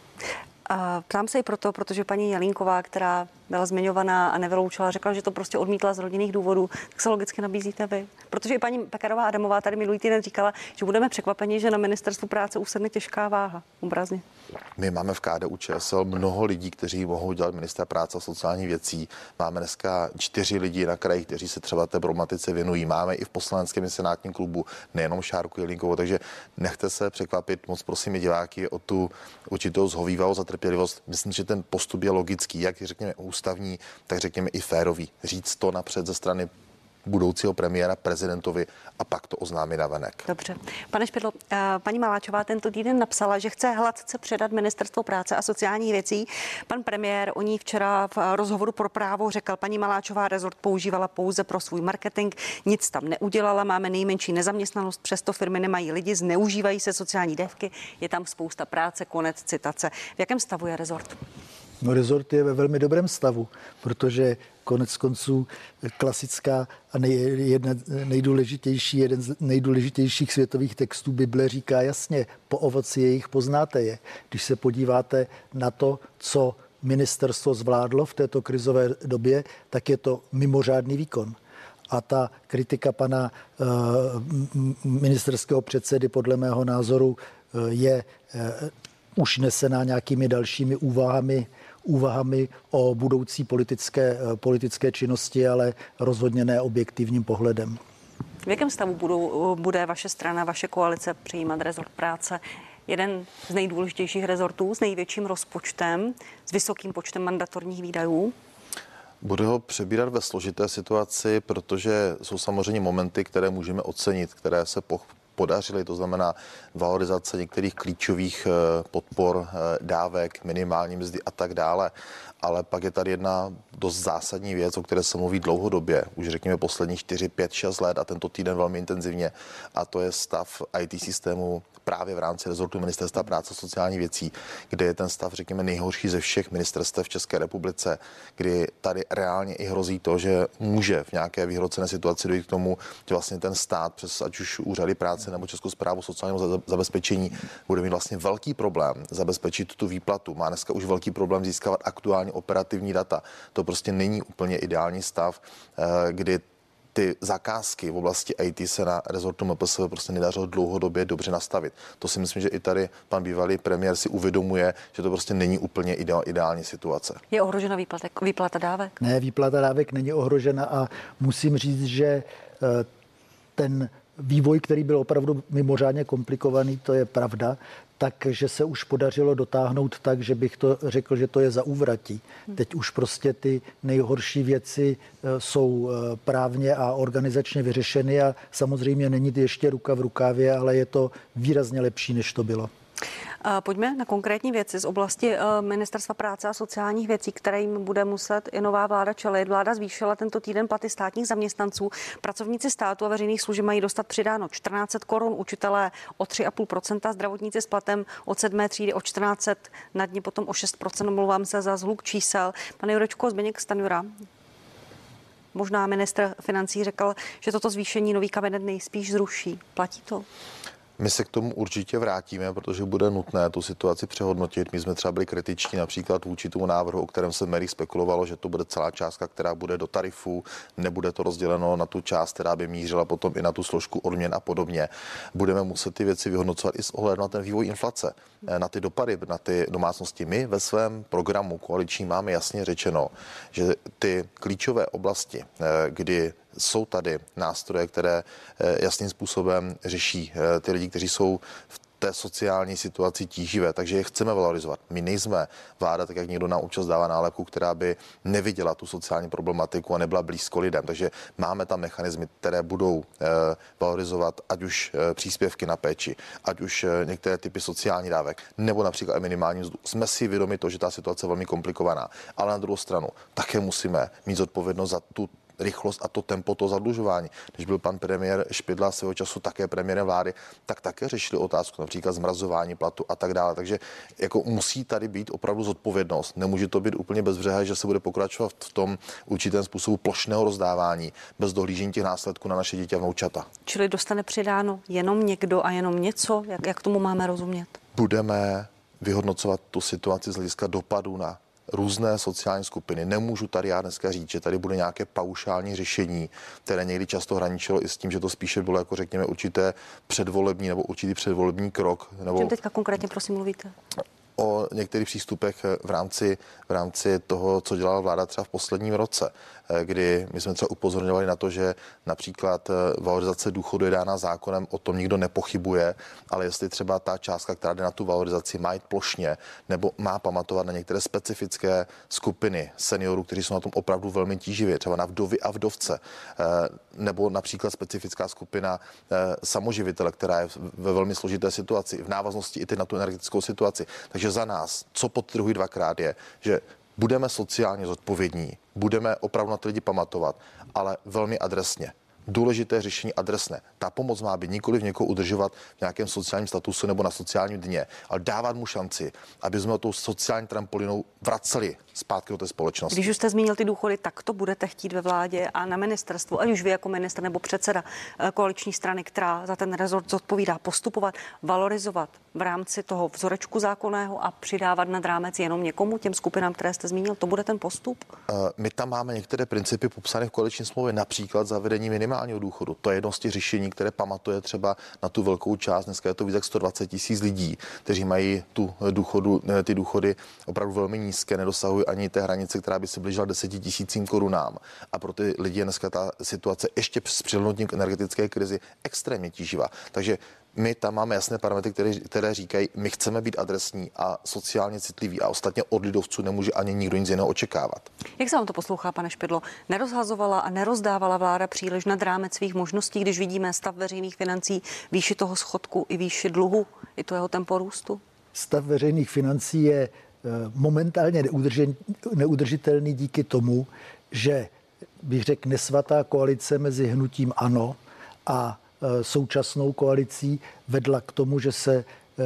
A ptám se i proto, protože paní Jelínková, která byla zmiňovaná a nevyloučila, řekla, že to prostě odmítla z rodinných důvodů, tak se logicky nabízíte vy. Protože i paní Pekarová Adamová tady minulý týden říkala, že budeme překvapeni, že na ministerstvu práce usedne těžká váha. Obrazně.
My máme v K D U Č S L mnoho lidí, kteří mohou dělat ministra práce a sociálních věcí. Máme dneska čtyři lidi na kraji, kteří se třeba té problematice věnují. Máme i v poslaneckém i senátním klubu nejenom Šárku Jelínkovou, takže nechte se překvapit. Moc prosím diváky o tu určitou zhovívavost a trpělivost. Myslím, že ten postup je logický, jak řekněme ústavní, tak řekněme i férový. Říct to napřed ze strany budoucího premiéra prezidentovi a pak to oznámit navenek.
Dobře. Pane Špidlo, paní Maláčová tento týden napsala, že chce hladce předat ministerstvo práce a sociálních věcí. Pan premiér o ní včera v rozhovoru pro Právo řekl, paní Maláčová rezort používala pouze pro svůj marketing, nic tam neudělala, máme nejmenší nezaměstnanost, přesto firmy nemají lidi, zneužívají se sociální dávky, je tam spousta práce, konec citace. V jakém stavu je rezort?
No, rezort je ve velmi dobrém stavu, protože konec konců klasická a nej, jedna nejdůležitější, jeden z nejdůležitějších světových textů Bible říká jasně, po ovoci jejich poznáte je. Když se podíváte na to, co ministerstvo zvládlo v této krizové době, tak je to mimořádný výkon. A ta kritika pana uh, ministerského předsedy podle mého názoru uh, je uh, už nesená nějakými dalšími úvahami, úvahami o budoucí politické, politické činnosti, ale rozhodně ne objektivním pohledem.
V jakém stavu budou, bude vaše strana, vaše koalice přijímat rezort práce? Jeden z nejdůležitějších rezortů s největším rozpočtem, s vysokým počtem mandatorních výdajů.
Bude ho přebírat ve složité situaci, protože jsou samozřejmě momenty, které můžeme ocenit, které se po podařily, to znamená valorizace některých klíčových podpor, dávek, minimální mzdy a tak dále. Ale pak je tady jedna dost zásadní věc, o které se mluví dlouhodobě, už řekněme posledních čtyři, pět, šest let a tento týden velmi intenzivně, a to je stav í té systému právě v rámci rezortu Ministerstva práce a sociálních věcí, kde je ten stav, řekněme, nejhorší ze všech ministerstev v České republice, kdy tady reálně i hrozí to, že může v nějaké vyhrocené situaci dojít k tomu, že vlastně ten stát přes ať už úřady práce nebo Českou správu sociálního zabezpečení bude mít vlastně velký problém zabezpečit tu výplatu. Má dneska už velký problém získávat aktuální operativní data. To prostě není úplně ideální stav, kdy ty zakázky v oblasti í té se na rezortu M P S V prostě nedařilo dlouhodobě dobře nastavit. To si myslím, že i tady pan bývalý premiér si uvědomuje, že to prostě není úplně ideál, ideální situace.
Je ohrožena výplata, výplata dávek?
Ne, výplata dávek není ohrožena a musím říct, že ten vývoj, který byl opravdu mimořádně komplikovaný, to je pravda, takže se už podařilo dotáhnout tak, že bych to řekl, že to je za úvratí. Teď už prostě ty nejhorší věci jsou právně a organizačně vyřešeny a samozřejmě není to ještě ruka v rukávě, ale je to výrazně lepší, než to bylo.
Pojďme na konkrétní věci z oblasti Ministerstva práce a sociálních věcí, které jim bude muset i nová vláda čelit. Vláda zvýšila tento týden platy státních zaměstnanců. Pracovníci státu a veřejných služeb mají dostat přidáno čtrnáct set korun, učitelé o tři a půl procenta, zdravotníci s platem od sedmé třídy o čtrnáct set, nad ní potom o šest procent, omlouvám se za zhluk čísel. Pane Jurečko, Zbyněk Stanjura, možná ministr financí, řekl, že toto zvýšení nový kabinet nejspíš zruší. Platí to?
My se k tomu určitě vrátíme, protože bude nutné tu situaci přehodnotit. My jsme třeba byli kritičtí například vůči tomu návrhu, o kterém se v médiích spekulovalo, že to bude celá částka, která bude do tarifu, nebude to rozděleno na tu část, která by mířila potom i na tu složku odměn a podobně. Budeme muset ty věci vyhodnocovat i s ohledem na ten vývoj inflace, na ty dopady, na ty domácnosti. My ve svém programu koaliční máme jasně řečeno, že ty klíčové oblasti, kdy jsou tady nástroje, které jasným způsobem řeší ty lidi, kteří jsou v té sociální situaci tíživé, takže je chceme valorizovat. My nejsme vláda, tak jak někdo nám občas dává nálepku, která by neviděla tu sociální problematiku a nebyla blízko lidem. Takže máme tam mechanismy, které budou eh, valorizovat ať už eh, příspěvky na péči, ať už eh, některé typy sociální dávek, nebo například minimální mzdu. Jsme si vědomi toho, že ta situace je velmi komplikovaná, ale na druhou stranu také musíme mít zodpovědnost za tu rychlost a to tempo toho zadlužování. Když byl pan premiér Špidla svého času také premiérem vlády, tak také řešili otázku například zmrazování platu a tak dále. Takže jako musí tady být opravdu zodpovědnost. Nemůže to být úplně bezbřehé, že se bude pokračovat v tom určitém způsobu plošného rozdávání bez dohlížení těch následků na naše děti a vnoučata.
Čili dostane přidáno jenom někdo a jenom něco? Jak, jak tomu máme rozumět?
Budeme vyhodnocovat tu situaci z hlediska dopadu na různé sociální skupiny. Nemůžu tady já dneska říct, že tady bude nějaké paušální řešení, které někdy často hraničilo i s tím, že to spíše bylo jako řekněme určité předvolební nebo určitý předvolební krok. Nebo...
Čím teďka konkrétně prosím mluvíte?
O některých přístupech v rámci, v rámci toho, co dělala vláda třeba v posledním roce, kdy my jsme třeba upozorňovali na to, že například valorizace důchodu je dána zákonem, o tom nikdo nepochybuje, ale jestli třeba ta částka, která jde na tu valorizaci, má jít plošně, nebo má pamatovat na některé specifické skupiny seniorů, kteří jsou na tom opravdu velmi tíživě, třeba na vdovy a vdovce, nebo například specifická skupina samoživitele, která je ve velmi složité situaci, v návaznosti i teď na tu energetickou situaci. Takže za nás, co podtrhuji dvakrát je, že budeme sociálně zodpovědní, budeme opravdu na ty lidi pamatovat, ale velmi adresně. Důležité řešení adresné. Ta pomoc má být nikoliv někoho udržovat v nějakém sociálním statusu nebo na sociálním dně, ale dávat mu šanci, aby jsme tou sociální trampolinou vraceli zpátky do té společnosti.
Když už jste zmínil ty důchody, tak to budete chtít ve vládě a na ministerstvu, ať už vy jako ministr nebo předseda koaliční strany, která za ten rezort zodpovídá, postupovat, valorizovat v rámci toho vzorečku zákonného a přidávat nad rámec jenom někomu, těm skupinám, které jste zmínil, to bude ten postup?
My tam máme některé principy popsané v koaliční smlouvě, například zavedení minimálního důchodu. To je jedno z těch řešení, které pamatuje třeba na tu velkou část. Dneska je to víc jak sto dvacet tisíc lidí, kteří mají tu důchodu, ty důchody opravdu velmi nízké, nedosahují ani té hranice, která by se blížila deseti tisícím korunám. A pro ty lidi je dneska ta situace ještě s přihlédnutím k energetické krizi extrémně tíživá. Takže my tam máme jasné parametry, které, které říkají, my chceme být adresní a sociálně citliví a ostatně od lidovců nemůže ani nikdo nic jiného očekávat.
Jak se vám to poslouchá, pane Špidlo? Nerozhazovala a nerozdávala vláda příliš nad rámec svých možností, když vidíme stav veřejných financí, výši toho schodku i výši dluhu, i to jeho tempo růstu?
Stav veřejných financí je momentálně neudržitelný díky tomu, že bych řekl nesvatá koalice mezi hnutím ANO a současnou koalicí vedla k tomu, že se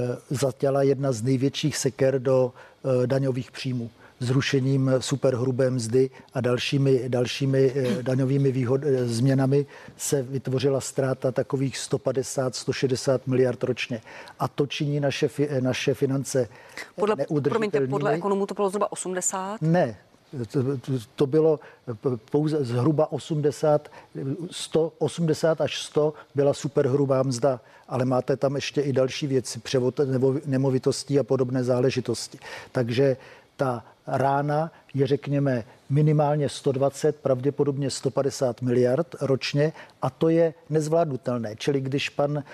zatěla jedna z největších seker do daňových příjmů. Zrušením superhrubé mzdy a dalšími, dalšími daňovými výhod, změnami se vytvořila ztráta takových sto padesát, sto šedesát miliard ročně. A to činí naše, naše finance
podle,
neudržitelnými.
Promiňte, podle ekonomů to bylo zhruba osmdesát?
Ne. To, to bylo pouze zhruba osmdesát, sto, osmdesát až sto byla superhrubá mzda, ale máte tam ještě i další věci, převod nemovitostí a podobné záležitosti. Takže ta rána je, řekněme, minimálně sto dvacet, pravděpodobně sto padesát miliard ročně a to je nezvládnutelné. Čili když pan uh,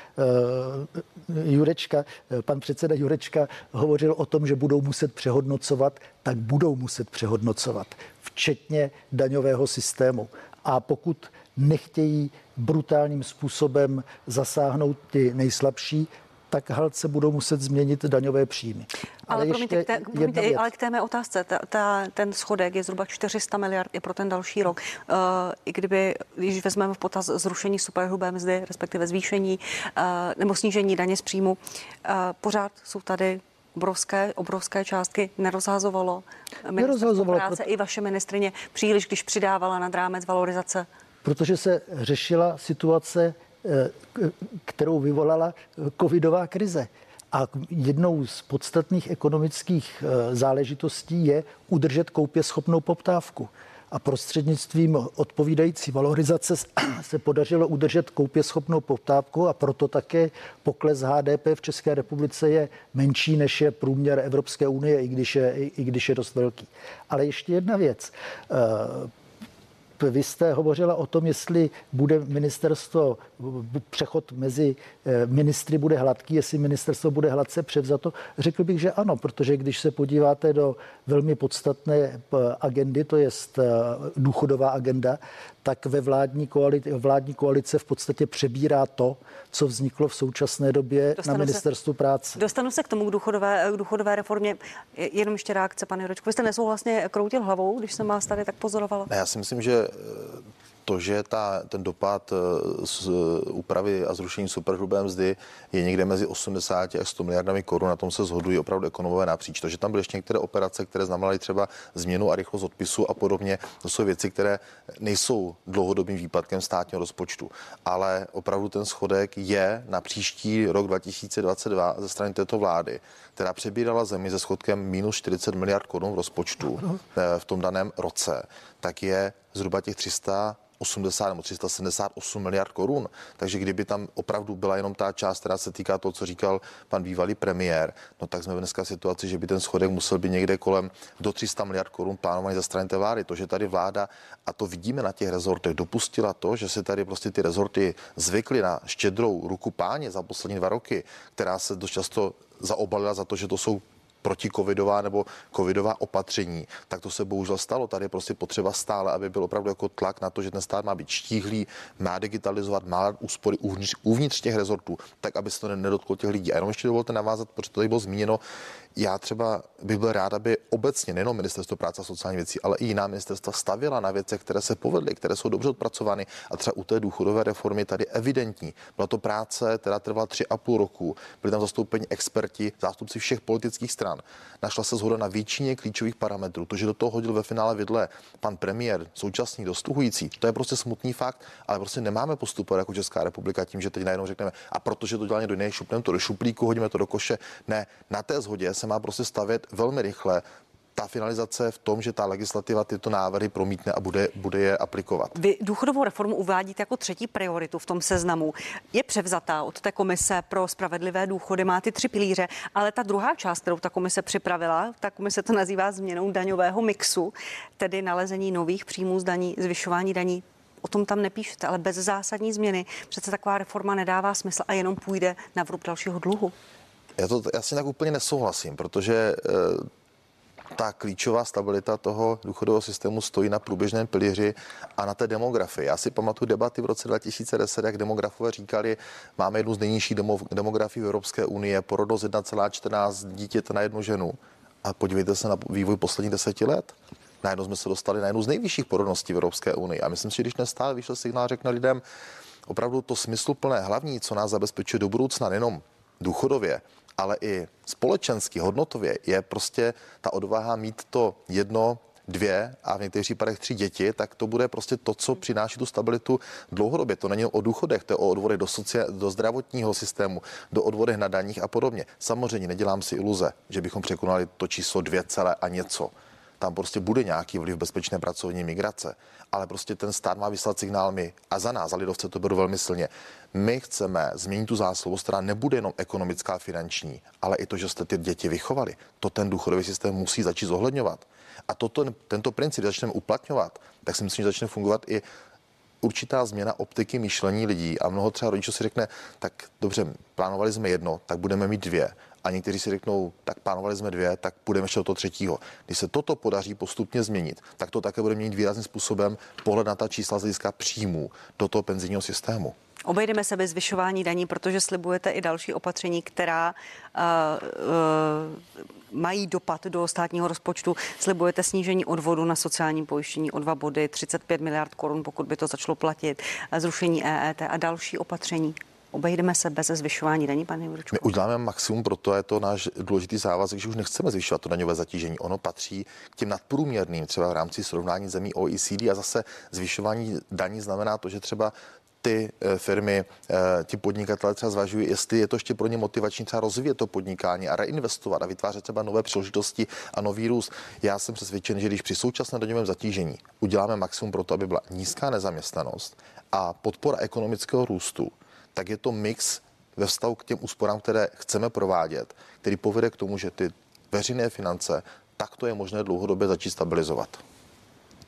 Jurečka, pan předseda Jurečka hovořil o tom, že budou muset přehodnocovat, tak budou muset přehodnocovat, včetně daňového systému. A pokud nechtějí brutálním způsobem zasáhnout ty nejslabší, tak halce budou muset změnit daňové příjmy.
Ale, ale promiňte, k té, promiňte ale k té mé otázce, ta, ta, ten schodek je zhruba čtyři sta miliard i pro ten další rok. Uh, I kdyby, když vezmeme v potaz zrušení superhrubé mzdy, respektive zvýšení uh, nebo snížení daně z příjmu, uh, pořád jsou tady obrovské, obrovské částky. Nerozhazovalo ministerstvo práce proto... i vaše ministryně příliš, když přidávala nad rámec valorizace? Protože
se řešila situace, kterou vyvolala covidová krize. A jednou z podstatných ekonomických záležitostí je udržet koupěschopnou poptávku. A prostřednictvím odpovídající valorizace se podařilo udržet koupěschopnou poptávku a proto také pokles H D P v České republice je menší, než je průměr Evropské unie, i když je, i když je dost velký. Ale ještě jedna věc. vy jste hovořila o tom, jestli bude ministerstvo, přechod mezi ministry bude hladký, jestli ministerstvo bude hladce převzato. Řekl bych, že ano, protože když se podíváte do velmi podstatné agendy, to je důchodová agenda, tak ve vládní koalici, vládní koalice v podstatě přebírá to, co vzniklo v současné době dostanu na ministerstvu
se,
práce.
Dostanu se k tomu k důchodové, k důchodové reformě. Jenom ještě reakce, pane Jurečko. Vy jste nesouhlasně kroutil hlavou, když jsem vás tady tak pozorovala?
Ne, já si myslím, že to, že ta, ten dopad z úpravy a zrušení superhrubé mzdy je někde mezi osmdesát až sto miliardami korun, na tom se shodují opravdu ekonomové napříč. To, že tam byly ještě některé operace, které znamenaly třeba změnu a rychlost odpisu a podobně, to jsou věci, které nejsou dlouhodobým výpadkem státního rozpočtu. Ale opravdu ten schodek je na příští rok dva tisíce dvacet dva ze strany této vlády, která přebírala zemi se schodkem minus čtyřicet miliard korun v rozpočtu v tom daném roce, tak je zhruba těch tři sta osmdesát nebo tři sta sedmdesát osm miliard korun. Takže kdyby tam opravdu byla jenom ta část, která se týká toho, co říkal pan bývalý premiér, no tak jsme dneska v situaci, že by ten schodek musel být někde kolem do tři sta miliard korun plánovaný ze strany té vlády. To, že tady vláda, a to vidíme na těch rezortech, dopustila to, že se tady prostě ty rezorty zvykly na štědrou ruku páně za poslední dva roky, která se dost často zaobalila za to, že to jsou protikovidová nebo covidová opatření, tak to se bohužel stalo. Tady je prostě potřeba stále, aby byl opravdu jako tlak na to, že ten stát má být štíhlý, má digitalizovat, má dát úspory uvnitř, uvnitř těch rezortů, tak aby se to nedotklo těch lidí. A jenom ještě dovolte navázat, protože to tady bylo zmíněno, já třeba bych byl rád, aby obecně nejenom Ministerstvo práce a sociální věcí, ale i jiná ministerstva stavěla na věcech, které se povedly, které jsou dobře odpracovány. A třeba u té důchodové reformy tady evidentní. Byla to práce, která trvala tři a půl roku. Byli tam zastoupeni experti, zástupci všech politických stran. Našla se shoda na většině klíčových parametrů. To, že do toho hodil ve finále vidle pan premiér, současný dosluhující, to je prostě smutný fakt, ale prostě nemáme postupovat jako Česká republika tím, že teď najednou řekneme, a protože to dělá někdo jiný, šupneme to do šuplíku, hodíme to do koše. Ne, na té shodě se má prostě stavět velmi rychle ta finalizace v tom, že ta legislativa tyto návrhy promítne a bude, bude je aplikovat.
Vy důchodovou reformu uvádíte jako třetí prioritu v tom seznamu. Je převzatá od té komise pro spravedlivé důchody, má ty tři pilíře, ale ta druhá část, kterou ta komise připravila, ta komise to nazývá změnou daňového mixu, tedy nalezení nových příjmů z daní, zvyšování daní. O tom tam nepíšete, ale bez zásadní změny přece taková reforma nedává smysl a jenom půjde na vrub dalšího dluhu.
Já to já si tak úplně nesouhlasím, protože e, ta klíčová stabilita toho důchodového systému stojí na průběžném pilíři a na té demografii. Já si pamatuju debaty v roce dva tisíce deset, jak demografové říkali, máme jednu z nejnižších demo, demografií v Evropské unie, porodnost jedna celá čtrnáct dítěte na jednu ženu. A podívejte se na vývoj posledních deseti let. Najednou jsme se dostali na jednu z nejvyšších porodností v Evropské unii. A myslím si, že když nestále vyšel signál, řekne lidem, opravdu to smysluplné hlavní, co nás zabezpečuje do budoucna, nejenom důchodově, ale i společensky, hodnotově, je prostě ta odvaha mít to jedno, dvě a v některých případech tři děti, tak to bude prostě to, co přináší tu stabilitu dlouhodobě. To není o důchodech, to je o odvodech do, socia- do zdravotního systému, do odvodech na daních a podobně. Samozřejmě nedělám si iluze, že bychom překonali to číslo dvě celé a něco. Tam prostě bude nějaký vliv bezpečné pracovní migrace, ale prostě ten stát má vyslat signál my a za nás, za lidovce to beru velmi silně. My chceme změnit tu zásluhu, která nebude jenom ekonomická, finanční, ale i to, že jste ty děti vychovali. To ten důchodový systém musí začít zohledňovat. A toto, tento princip začneme uplatňovat, tak si myslím, že začne fungovat i určitá změna optiky myšlení lidí a mnoho třeba rodičů si řekne, tak dobře, plánovali jsme jedno, tak budeme mít dvě. A někteří si řeknou, tak plánovali jsme dvě, tak půjdeme ještě do toho třetího. Když se toto podaří postupně změnit, tak to také bude měnit výrazným způsobem pohled na ta čísla z hlediska příjmů do toho penzijního systému.
Obejdeme se bez zvyšování daní, protože slibujete i další opatření, která uh, uh, mají dopad do státního rozpočtu. Slibujete snížení odvodu na sociální pojištění o dva body, třicet pět miliard korun, pokud by to začalo platit, zrušení E E T a další opatření. Obejdeme se bez zvyšování daní, pane Jurečko?
My uděláme maximum, proto je to náš důležitý závazek, že už nechceme zvyšovat to daňové zatížení. Ono patří k těm nadprůměrným, třeba v rámci srovnání zemí O E C D a zase zvyšování daní znamená to, že třeba ty firmy, ti podnikatelé třeba zvažují, jestli je to ještě pro ně motivační třeba rozvíjet to podnikání a reinvestovat a vytvářet třeba nové příležitosti a nový růst. Já jsem přesvědčen, že když při současném daňovém zatížení uděláme maximum pro to, aby byla nízká nezaměstnanost a podpora ekonomického růstu, tak je to mix ve vztahu k těm úsporám, které chceme provádět, který povede k tomu, že ty veřejné finance takto je možné dlouhodobě začít stabilizovat.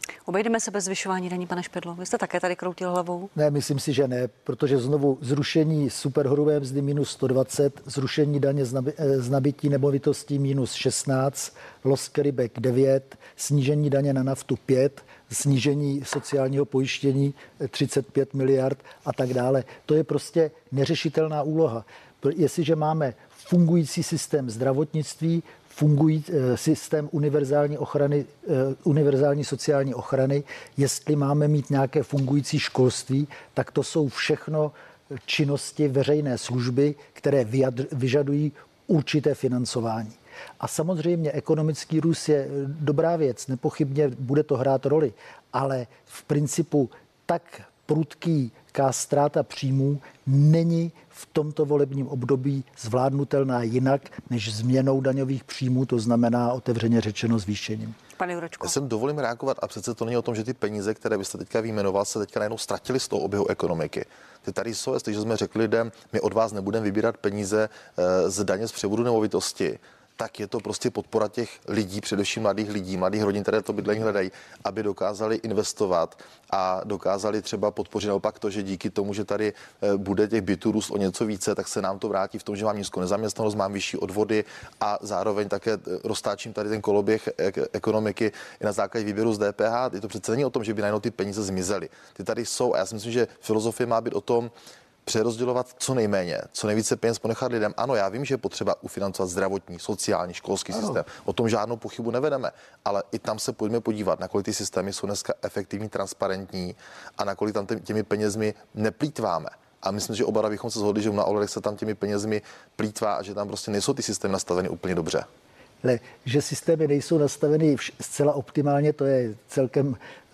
Obejdeme se bez zvyšování daní, pane Špidlo. Vy jste také tady kroutil hlavou.
Ne, myslím si, že ne, protože znovu zrušení superhrubé mzdy minus sto dvacet, zrušení daně z, nabi- z nabití nemovitostí minus šestnáct, loss carryback devět, snížení daně na naftu pět, snížení sociálního pojištění třicet pět miliard a tak dále. To je prostě neřešitelná úloha. Jestliže máme fungující systém zdravotnictví, fungují systém univerzální ochrany, univerzální sociální ochrany, jestli máme mít nějaké fungující školství, tak to jsou všechno činnosti veřejné služby, které vyjadř, vyžadují určité financování. A samozřejmě ekonomický růst je dobrá věc, nepochybně bude to hrát roli, ale v principu tak prudký ztráta příjmů není v tomto volebním období zvládnutelná jinak než změnou daňových příjmů, to znamená otevřeně řečeno zvýšením.
Pane Jurečko.
Já jsem dovolím reagovat a přece to není o tom, že ty peníze, které byste teďka vyjmenoval, se teďka najednou ztratily z toho oběhu ekonomiky. Ty tady jsou, jestliže jsme řekli lidem, my od vás nebudeme vybírat peníze z daně z převodu nemovitosti, tak je to prostě podpora těch lidí, především mladých lidí, mladých rodin, které to bydlení hledají, aby dokázali investovat a dokázali třeba podpořit naopak to, že díky tomu, že tady bude těch bytů růst o něco více, tak se nám to vrátí v tom, že mám nízkou nezaměstnanost, mám vyšší odvody a zároveň také roztáčím tady ten koloběh ekonomiky i na základě výběru z D P H. Je to přece není o tom, že by najednou ty peníze zmizely. Ty tady jsou a já si myslím, že filozofie má být o tom, přerozdělovat co nejméně, co nejvíce peněz ponechat lidem. Ano, já vím, že je potřeba ufinancovat zdravotní, sociální, školský ano. systém. O tom žádnou pochybu nevedeme, ale i tam se pojďme podívat, nakolik ty systémy jsou dneska efektivní, transparentní a nakolik tam těmi penězmi neplýtváme. A myslím, že oba bychom se shodli, že na Olech se tam těmi penězmi plýtvá a že tam prostě nejsou ty systémy nastaveny úplně dobře.
Ale že systémy nejsou nastaveny zcela optimálně, to je celkem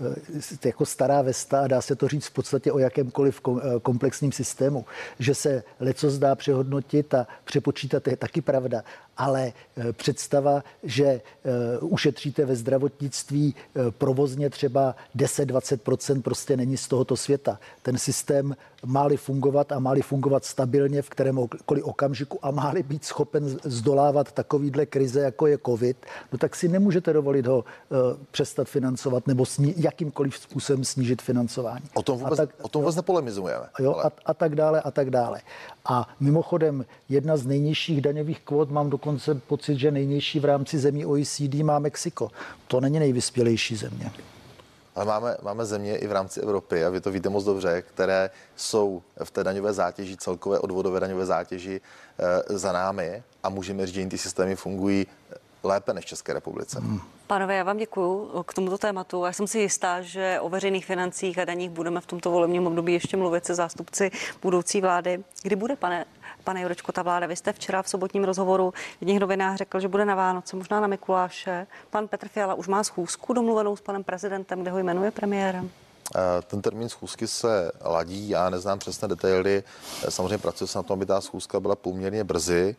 jako stará vesta a dá se to říct v podstatě o jakémkoliv komplexním systému. Že se lecos dá přehodnotit a přepočítat, je taky pravda. Ale představa, že ušetříte ve zdravotnictví provozně třeba deset až dvacet procent prostě není z tohoto světa. Ten systém má-li fungovat a má-li fungovat stabilně v kterémkoliv okamžiku a má-li být schopen zdolávat takovýhle krize, jako je covid, no tak si nemůžete dovolit ho přestat financovat nebo sní, jakýmkoliv způsobem snížit financování.
O tom vůbec,
tak,
o tom vůbec nepolemizujeme.
Jo, ale... a, a tak dále, a tak dále. A mimochodem, jedna z nejnižších daňových kvót, mám dokonce pocit, že nejnižší v rámci zemí O E C D má Mexiko. To není nejvyspělejší země.
Ale máme, máme země i v rámci Evropy, a vy to víte moc dobře, které jsou v té daňové zátěži, celkové odvodové daňové zátěži e, za námi a můžeme říct, že ty systémy fungují lépe než v České republice. Hmm.
Pánové, já vám děkuju k tomuto tématu. Já jsem si jistá, že o veřejných financích a daních budeme v tomto volebním období ještě mluvit se zástupci budoucí vlády. Kdy bude, pane, pane Jurečko, ta vláda? Vy jste včera v sobotním rozhovoru v jedných novinách řekl, že bude na Vánoce, možná na Mikuláše. Pan Petr Fiala už má schůzku domluvenou s panem prezidentem, kde ho jmenuje premiérem.
Ten termín schůzky se ladí, já neznám přesné detaily. Samozřejmě pracuje se na tom, aby ta schůzka byla poměrně brzy.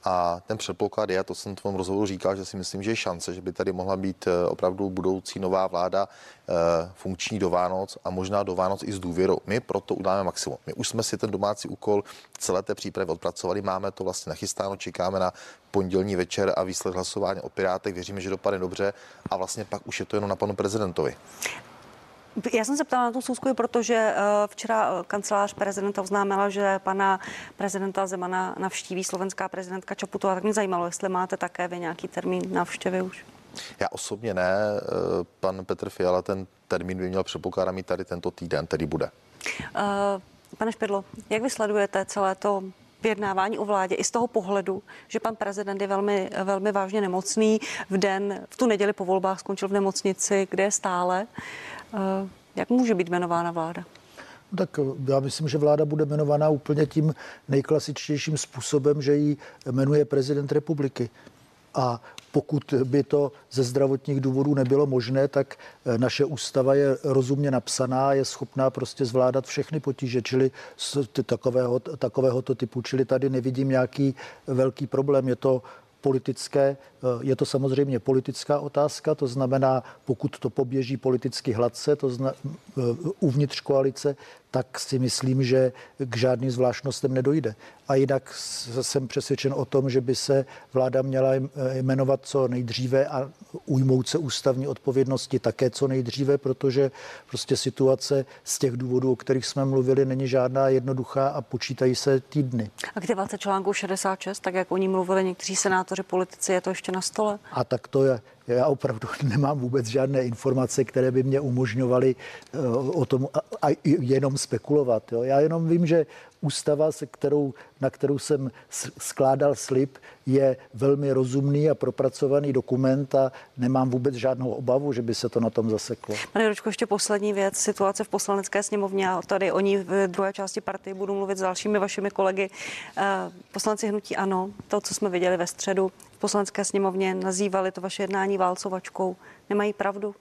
A ten předpoklad je, to jsem v tom rozhovoru říkal, že si myslím, že je šance, že by tady mohla být opravdu budoucí nová vláda funkční do Vánoc a možná do Vánoc i s důvěrou. My proto uděláme maximum. My už jsme si ten domácí úkol celé té přípravy odpracovali, máme to vlastně nachystáno, čekáme na pondělní večer a výsledek hlasování o Pirátech. Věříme, že dopadne dobře a vlastně pak už je to jenom na panu prezidentovi.
Já jsem se ptala na tu schůzku, protože včera kancelář prezidenta oznámila, že pana prezidenta Zemana navštíví slovenská prezidentka Čaputová. Tak mě zajímalo, jestli máte také vy nějaký termín návštěvy už.
Já osobně ne. Pan Petr Fiala ten termín by měl předpokládat mít tady tento týden, tedy bude.
Pane Špidlo, jak vy sledujete celé to vyjednávání o vládě i z toho pohledu, že pan prezident je velmi, velmi vážně nemocný, v den, v tu neděli po volbách skončil v nemocnici, kde je stále. Jak může být jmenována vláda?
Tak já myslím, že vláda bude jmenovaná úplně tím nejklasičtějším způsobem, že ji jmenuje prezident republiky. A pokud by to ze zdravotních důvodů nebylo možné, tak naše ústava je rozumně napsaná, je schopná prostě zvládat všechny potíže, čili takového, takovéhoto typu. Čili tady nevidím nějaký velký problém. Je to politické, je to samozřejmě politická otázka, to znamená, pokud to poběží politicky hladce, to zna, uvnitř koalice, tak si myslím, že k žádným zvláštnostem nedojde. A jinak jsem přesvědčen o tom, že by se vláda měla jmenovat co nejdříve a ujmout se ústavní odpovědnosti také co nejdříve, protože prostě situace z těch důvodů, o kterých jsme mluvili, není žádná jednoduchá a počítají se týdny.
Aktivace článku šedesát šest, tak jak o ní mluvili někteří senátoři, politici, je to ještě na stole?
A tak to je, já opravdu nemám vůbec žádné informace, které by mě umožňovaly uh, o tom a, a jenom spekulovat. Jo. Já jenom vím, že ústava, se kterou, na kterou jsem skládal slib, je velmi rozumný a propracovaný dokument a nemám vůbec žádnou obavu, že by se to na tom zaseklo.
Pane Jurečko, ještě poslední věc, situace v Poslanecké sněmovně a tady o ní v druhé části partii budu mluvit s dalšími vašimi kolegy. Poslanci hnutí ANO, to, co jsme viděli ve středu v Poslanecké sněmovně, nazývali to vaše jednání válcovačkou. Nemají pravdu?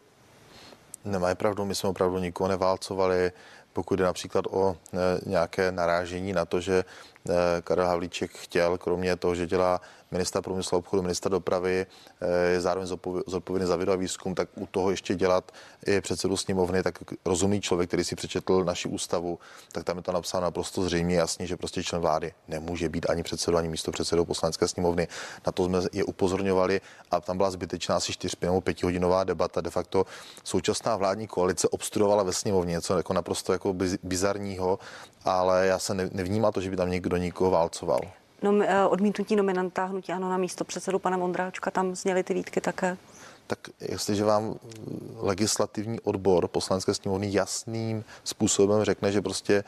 Nemají pravdu, my jsme opravdu nikoho neválcovali. Pokud jde například o e, nějaké narážení na to, že e, Karel Havlíček chtěl, kromě toho, že dělá ministra průmyslu a obchodu, ministra dopravy, e, je zároveň zodpovědný za vědu a výzkum, tak u toho ještě dělat i předsedu sněmovny, tak rozumný člověk, který si přečetl naši ústavu, tak tam je to napsáno naprosto zřejmě jasně, že prostě člen vlády nemůže být ani předsedou, ani místopředsedou Poslanecké sněmovny. Na to jsme je upozorňovali a tam byla zbytečná asi čtyři nebo pětihodinová debata. De facto současná vládní koalice obstruovala ve sněmovně něco jako naprosto jako bizarního, ale já se nevnímám to, že by tam někdo nikoho válcoval.
No, odmítnutí nominanta hnutí ANO na místo předsedu pana Vondráčka, tam zněly ty výtky také.
Tak jestliže vám legislativní odbor Poslanecké sněmovny jasným způsobem řekne, že prostě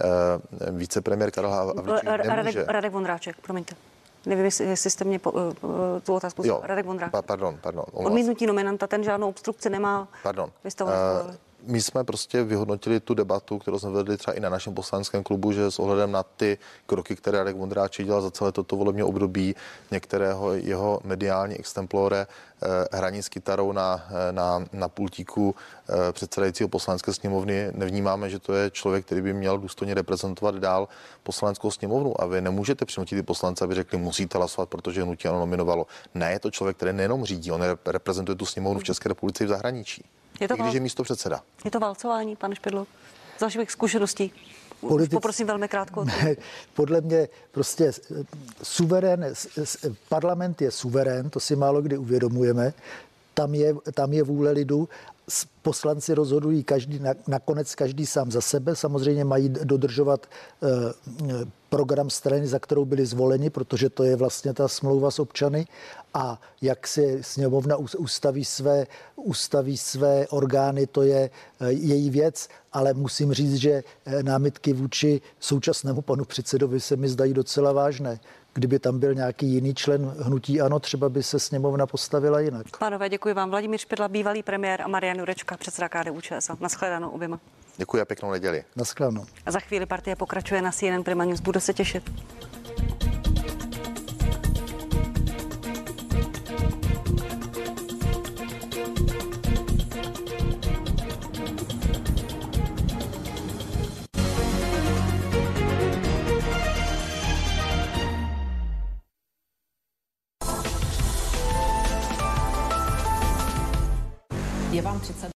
eh, vicepremiér Karel Havlíček nemůže...
Radek, Radek Vondráček, promiňte. Nevím, jestli jste mě po, uh, tu otázku...
Jo,
Radek Vondráček.
Pardon, pardon.
Odmítnutí nominanta, ten žádnou obstrukci nemá.
Pardon.
Uh,
my jsme prostě vyhodnotili tu debatu, kterou jsme vedli třeba i na našem poslaneckém klubu, že s ohledem na ty kroky, které Radek Vondráček dělal za celé toto volební období, některého jeho mediální extemplore, eh, hraní s kytarou na, na, na pultíku eh, předsedajícího Poslanecké sněmovny, nevnímáme, že to je člověk, který by měl důstojně reprezentovat dál Poslaneckou sněmovnu. A vy nemůžete přinutit ty poslance, aby řekli, musíte hlasovat, protože hnutí ANO nominovalo. Ne, je to člověk, který nejenom řídí, on reprezentuje tu sněmovnu v České republice i v zahraničí.
Je to
I když je místo předseda.
Je to válcování, pane Špidlo? Z vašich zkušeností. Politic... Poprosím velmi krátko.
Ne, podle mě prostě suverén, parlament je suverén, to si málo kdy uvědomujeme. Tam je, tam je vůle lidu. Poslanci rozhodují každý, nakonec každý sám za sebe. Samozřejmě mají dodržovat eh, program strany, za kterou byli zvoleni, protože to je vlastně ta smlouva s občany. A jak si sněmovna ustaví své, ustaví své orgány, to je eh, její věc. Ale musím říct, že námitky vůči současnému panu předsedovi se mi zdají docela vážné. Kdyby tam byl nějaký jiný člen hnutí ANO, třeba by se sněmovna postavila jinak.
Pánové, děkuji vám. Vladimír Špidla, bývalý premiér, a Marian Jurečka, předseda K D U Č S L. Naschledanou oběma.
Děkuji a pěknou neděli.
Naschledanou.
A za chvíli partie pokračuje na C N N Prima News. Bude se těšit.
Je vám přece